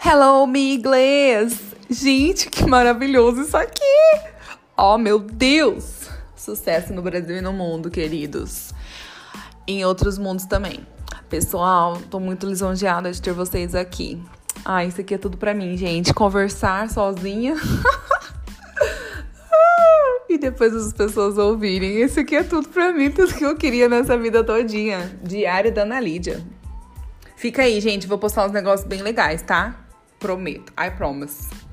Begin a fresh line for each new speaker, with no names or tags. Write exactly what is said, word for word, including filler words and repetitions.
Hello, mi inglês! Gente, que maravilhoso isso aqui! Oh, meu Deus! Sucesso no Brasil e no mundo, queridos. Em outros mundos também. Pessoal, tô muito lisonjeada de ter vocês aqui. Ah, isso aqui é tudo pra mim, gente. Conversar sozinha. E depois as pessoas ouvirem. Isso aqui é tudo pra mim, tudo que eu queria nessa vida todinha. Diário da Ana Lídia. Fica aí, gente. Vou postar uns negócios bem legais, tá? Prometo. I promise.